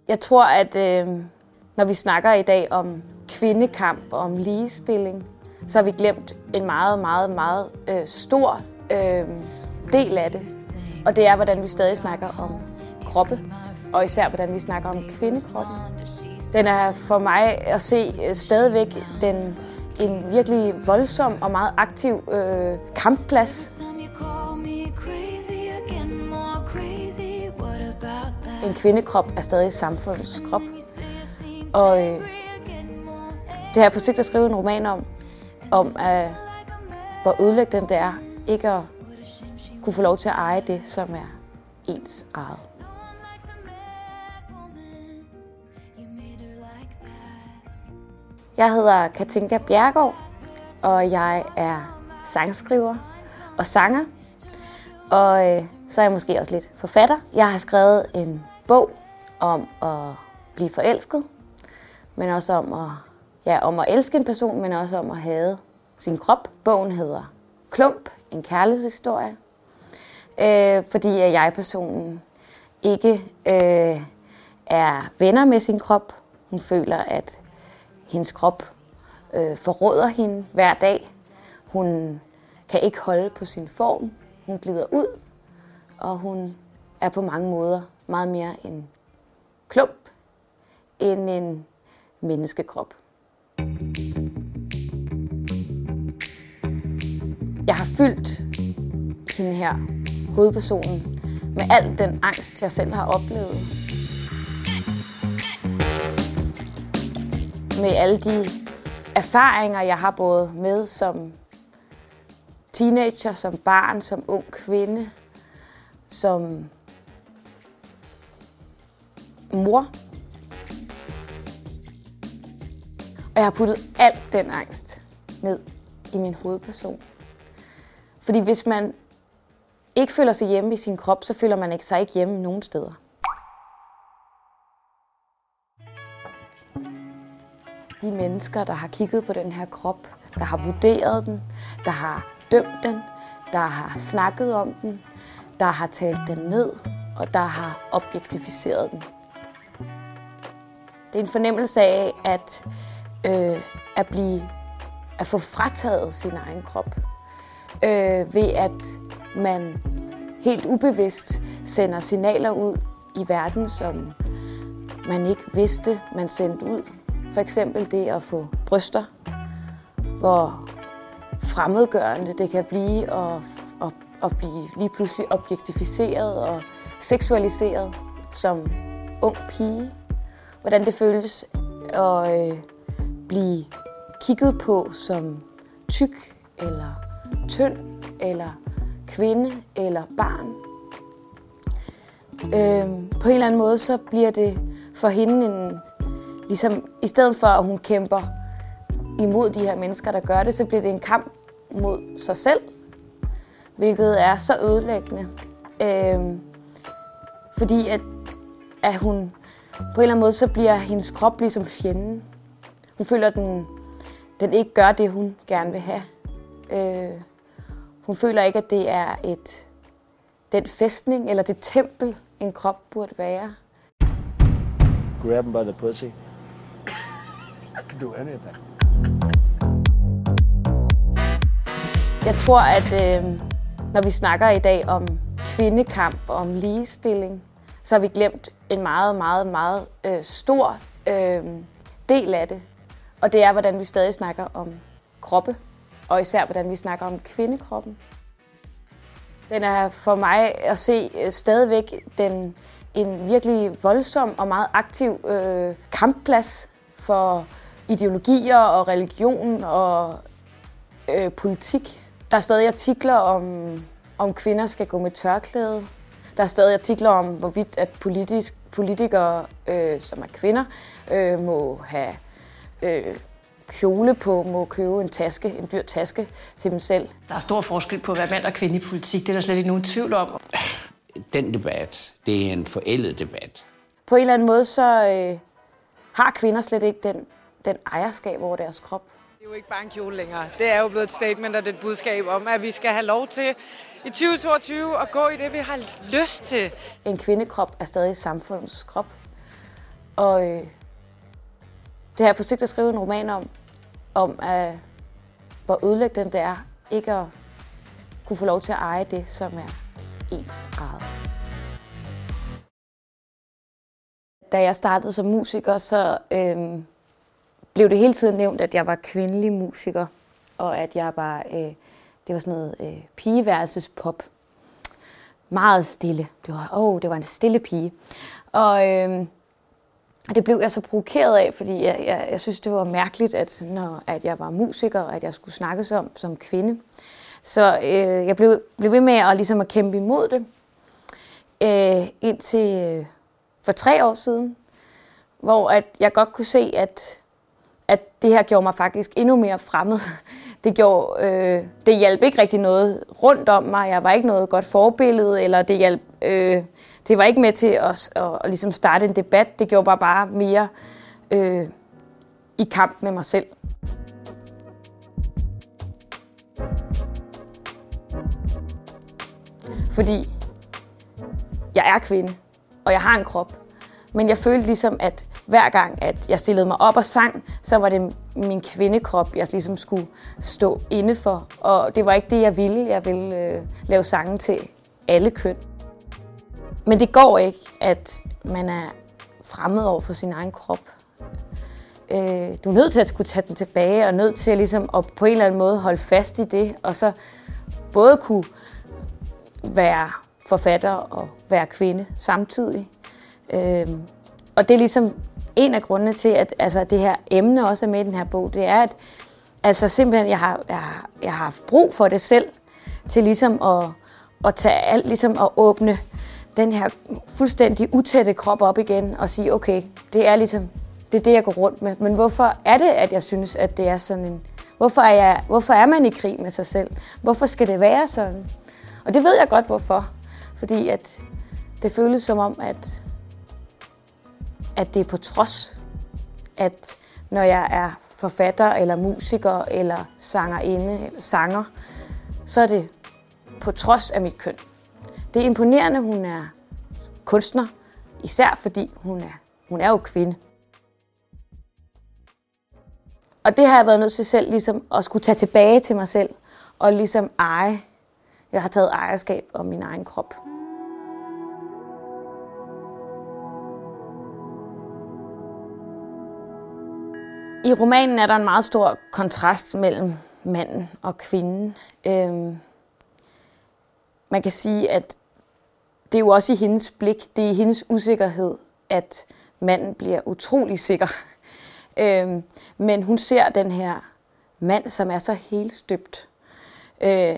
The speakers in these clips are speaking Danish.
Jeg tror, at når vi snakker i dag om kvindekamp og om ligestilling, så har vi glemt en meget stor del af det. Og det er, hvordan vi stadig snakker om kroppe, og især hvordan vi snakker om kvindekroppen. Den er for mig at se stadigvæk en virkelig voldsom og meget aktiv kampplads. En kvindekrop er stadig samfundets krop. Og det har jeg forsøgt at skrive en roman om hvor ødelæggende det er ikke at kunne få lov til at eje det, som er ens eget. Jeg hedder Katinka Bjerregaard, og jeg er sangskriver og sanger. Og så er jeg måske også lidt forfatter. Jeg har skrevet en bog om at blive forelsket, men også om at elske en person, men også om at hade sin krop. Bogen hedder Klump, en kærlighedshistorie, fordi jeg-personen ikke er venner med sin krop. Hun føler, at hendes krop forråder hende hver dag. Hun kan ikke holde på sin form. Hun glider ud, og hun er på mange måder meget mere en klump end en menneskekrop. Jeg har fyldt hende her, hovedpersonen, med al den angst, jeg selv har oplevet. Med alle de erfaringer, jeg har både med som teenager, som barn, som ung kvinde, som mor. Og jeg har puttet al den angst ned i min hovedperson. Fordi hvis man ikke føler sig hjemme i sin krop, så føler man sig ikke hjemme nogen steder. De mennesker, der har kigget på den her krop, der har vurderet den, der har dømt den, der har snakket om den, der har talt den ned, og der har objektificeret den. Det er en fornemmelse af at få frataget sin egen krop, ved at man helt ubevidst sender signaler ud i verden, som man ikke vidste, man sendte ud. For eksempel det at få bryster, hvor fremmedgørende det kan blive at blive lige pludselig objektificeret og seksualiseret som ung pige. Hvordan det føles at blive kigget på som tyk eller tynd eller kvinde eller barn. På en eller anden måde så bliver det for hende ligesom i stedet for at hun kæmper imod de her mennesker, der gør det, så bliver det en kamp mod sig selv, hvilket er så ødelæggende. Fordi at hun på en eller anden måde, så bliver hendes krop ligesom fjenden. Hun føler, at den ikke gør det, hun gerne vil have. Hun føler ikke, at det er den fæstning eller det tempel, en krop burde være. Grab him by the pussy. I can do anything. Jeg tror, at når vi snakker i dag om kvindekamp og om ligestilling, så har vi glemt en meget stor del af det. Og det er, hvordan vi stadig snakker om kroppe, og især hvordan vi snakker om kvindekroppen. Den er for mig at se stadigvæk en virkelig voldsom og meget aktiv kampplads for ideologier og religion og politik. Der er stadig artikler om kvinder skal gå med tørklæde. Der er stadig artikler om, hvorvidt at politikere, som er kvinder, må have kjole på, må købe en dyr taske til dem selv. Der er stor forskel på at være mand og kvinde i politik. Det er der slet ikke nogen tvivl om. Den debat, det er en forældet debat. På en eller anden måde, så har kvinder slet ikke den ejerskab over deres krop. Det er jo ikke bare en kjole længere. Det er jo blevet et statement og et budskab om, at vi skal have lov til i 2022 at gå i det, vi har lyst til. En kvindekrop er stadig samfundets krop. Og det har jeg forsøgt at skrive en roman om hvor ødelæggende det er ikke at kunne få lov til at eje det, som er ens eget. Da jeg startede som musiker, så blev det hele tiden nævnt, at jeg var kvindelig musiker, og at jeg var, det var sådan noget pigeværelsespop. Meget stille. Det var en stille pige. Og det blev jeg så provokeret af, fordi jeg synes, det var mærkeligt, at jeg var musiker, og at jeg skulle snakkes om som kvinde. Så jeg blev ved med at kæmpe imod det, indtil for 3 år siden, hvor at jeg godt kunne se, at det her gjorde mig faktisk endnu mere fremmed. Det hjalp ikke rigtig noget rundt om mig. Jeg var ikke noget godt forbillede, eller det var ikke med til at ligesom starte en debat. Det gjorde bare mere i kamp med mig selv. Fordi jeg er kvinde, og jeg har en krop. Men jeg følte ligesom, at hver gang, at jeg stillede mig op og sang, så var det min kvindekrop, jeg ligesom skulle stå inde for. Og det var ikke det, jeg ville. Jeg ville lave sange til alle køn. Men det går ikke, at man er fremmed over for sin egen krop. Du er nødt til at kunne tage den tilbage, og nødt til ligesom at på en eller anden måde holde fast i det, og så både kunne være forfatter og være kvinde samtidig. Og det er ligesom en af grundene til, at det her emne også er med i den her bog, det er, at simpelthen jeg har haft brug for det selv, til ligesom at tage alt, ligesom at åbne den her fuldstændig utætte krop op igen, og sige, okay, det er det, jeg går rundt med. Men hvorfor er det, at jeg synes, at det er sådan en... Hvorfor er man i krig med sig selv? Hvorfor skal det være sådan? Og det ved jeg godt, hvorfor. Fordi at det føles som om, at det er på trods, at når jeg er forfatter, eller musiker, eller sangerinde, eller sanger, så er det på trods af mit køn. Det er imponerende, hun er kunstner, især fordi hun er jo kvinde. Og det har jeg været nødt til selv, ligesom at skulle tage tilbage til mig selv, og ligesom eje. Jeg har taget ejerskab om min egen krop. I romanen er der en meget stor kontrast mellem manden og kvinden. Man kan sige, at det er jo også i hendes blik, det er i hendes usikkerhed, at manden bliver utrolig sikker. Men hun ser den her mand, som er så helstøbt. Der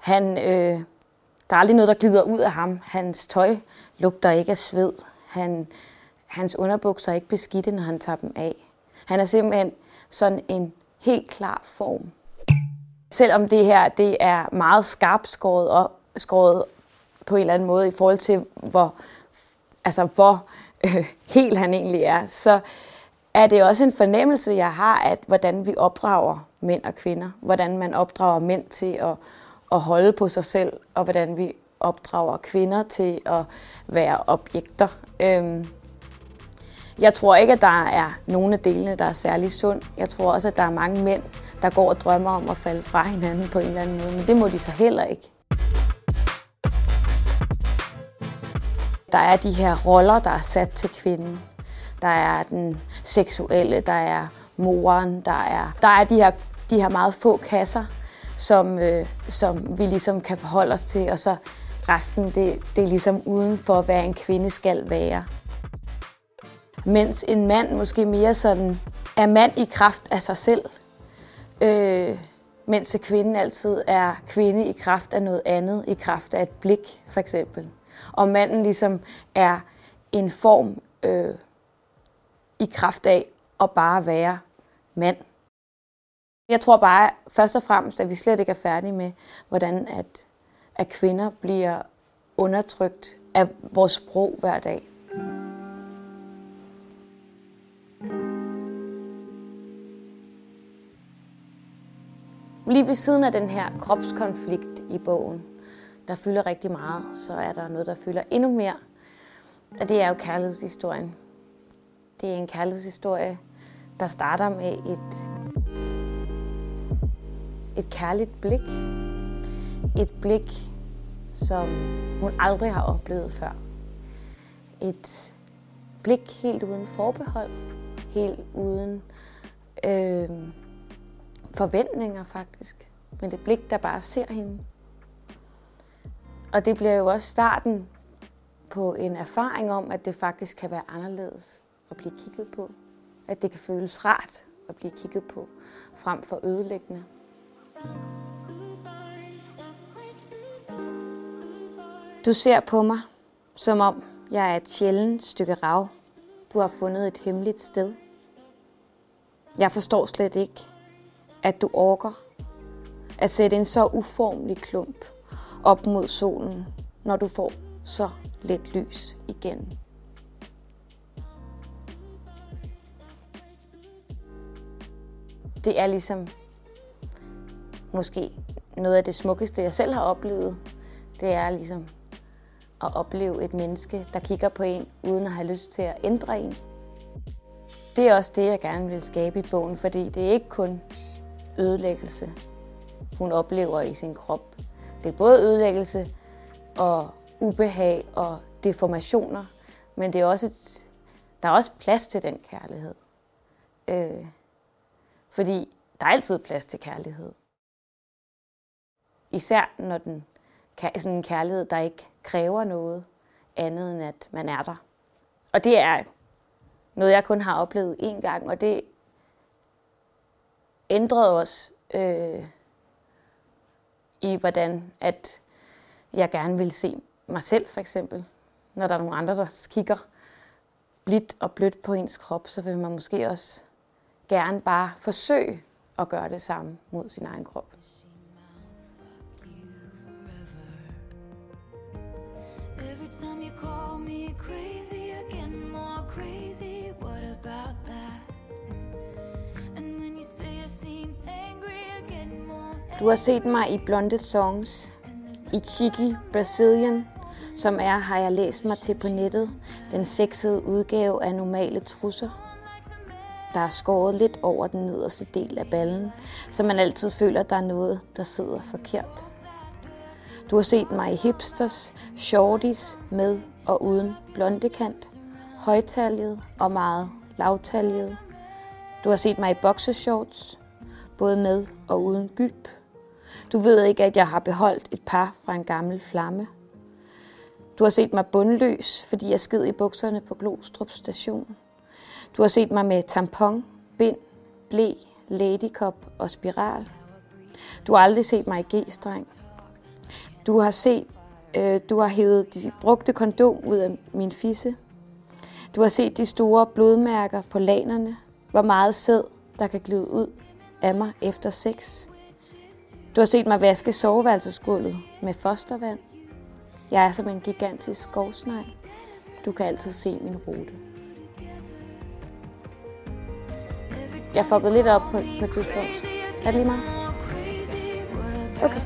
er aldrig noget, der glider ud af ham. Hans tøj lugter ikke af sved. Hans underbukser er ikke beskidte, når han tager dem af. Han er simpelthen sådan en helt klar form. Selvom det her det er meget skarpt skåret på en eller anden måde i forhold til, hvor helt han egentlig er, så er det også en fornemmelse, jeg har, at hvordan vi opdrager mænd og kvinder. Hvordan man opdrager mænd til at holde på sig selv, og hvordan vi opdrager kvinder til at være objekter. Jeg tror ikke, at der er nogen af delene, der er særlig sund. Jeg tror også, at der er mange mænd, der går og drømmer om at falde fra hinanden på en eller anden måde, men det må de så heller ikke. Der er de her roller, der er sat til kvinden. Der er den seksuelle, der er moren, der er de her meget få kasser, som vi ligesom kan forholde os til, og så resten, det er ligesom uden for, hvad en kvinde skal være. Mens en mand måske mere sådan er mand i kraft af sig selv, mens kvinden altid er kvinde i kraft af noget andet, i kraft af et blik for eksempel. Og manden ligesom er en form i kraft af at bare være mand. Jeg tror bare først og fremmest, at vi slet ikke er færdige med, hvordan at kvinder bliver undertrykt af vores sprog hver dag. Lige ved siden af den her kropskonflikt i bogen, der fylder rigtig meget, så er der noget, der fylder endnu mere. Og det er jo kærlighedshistorien. Det er en kærlighedshistorie, der starter med et kærligt blik. Et blik, som hun aldrig har oplevet før. Et blik helt uden forbehold, helt uden forventninger faktisk. Men et blik, der bare ser hende. Og det bliver jo også starten på en erfaring om, at det faktisk kan være anderledes at blive kigget på. At det kan føles rart at blive kigget på, frem for ødelæggende. Du ser på mig, som om jeg er et sjældent stykke rav. Du har fundet et hemmeligt sted. Jeg forstår slet ikke, at du orker at sætte en så uformelig klump op mod solen, når du får så lidt lys igen. Det er ligesom måske noget af det smukkeste, jeg selv har oplevet. Det er ligesom at opleve et menneske, der kigger på en, uden at have lyst til at ændre en. Det er også det, jeg gerne vil skabe i bogen, fordi det er ikke kun ødelæggelse, hun oplever i sin krop. Det er både ødelæggelse og ubehag og deformationer, men det er også der er også plads til den kærlighed. Fordi der er altid plads til kærlighed. Især når den sådan en kærlighed, der ikke kræver noget andet end at man er der. Og det er noget, jeg kun har oplevet én gang, og det ændrede også i, hvordan at jeg gerne vil se mig selv, for eksempel. Når der er nogle andre, der kigger blidt og blødt på ens krop, så vil man måske også gerne bare forsøge at gøre det samme mod sin egen krop. Du har set mig i Blonde Thongs, i Cheeky Brazilian, som er, har jeg læst mig til på nettet, den sexede udgave af normale trusser. Der er skåret lidt over den nederste del af ballen, så man altid føler, at der er noget, der sidder forkert. Du har set mig i hipsters, shorties med og uden blondekant, højtaljet og meget lavtaljet. Du har set mig i boxershorts, både med og uden gylp. Du ved ikke, at jeg har beholdt et par fra en gammel flamme. Du har set mig bundløs, fordi jeg sked i bukserne på Glostrup station. Du har set mig med tampon, bind, ble, ladycup og spiral. Du har aldrig set mig i G-streng. Du har hævet de brugte kondom ud af min fisse. Du har set de store blodmærker på lanerne, hvor meget sæd, der kan glide ud af mig efter sex. Du har set mig vaske soveværelsesgulvet med fostervand. Jeg er som en gigantisk skovsnegl. Du kan altid se min rute. Jeg fuckede lidt op på et tidspunkt. Er det lige meget? Okay.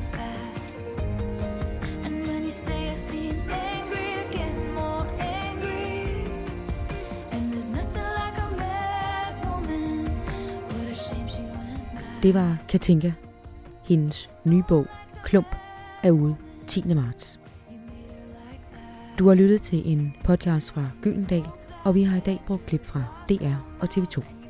Det var Katinka. Hendes nye bog, Klump, er ude 10. marts. Du har lyttet til en podcast fra Gyldendal, og vi har i dag brugt klip fra DR og TV2.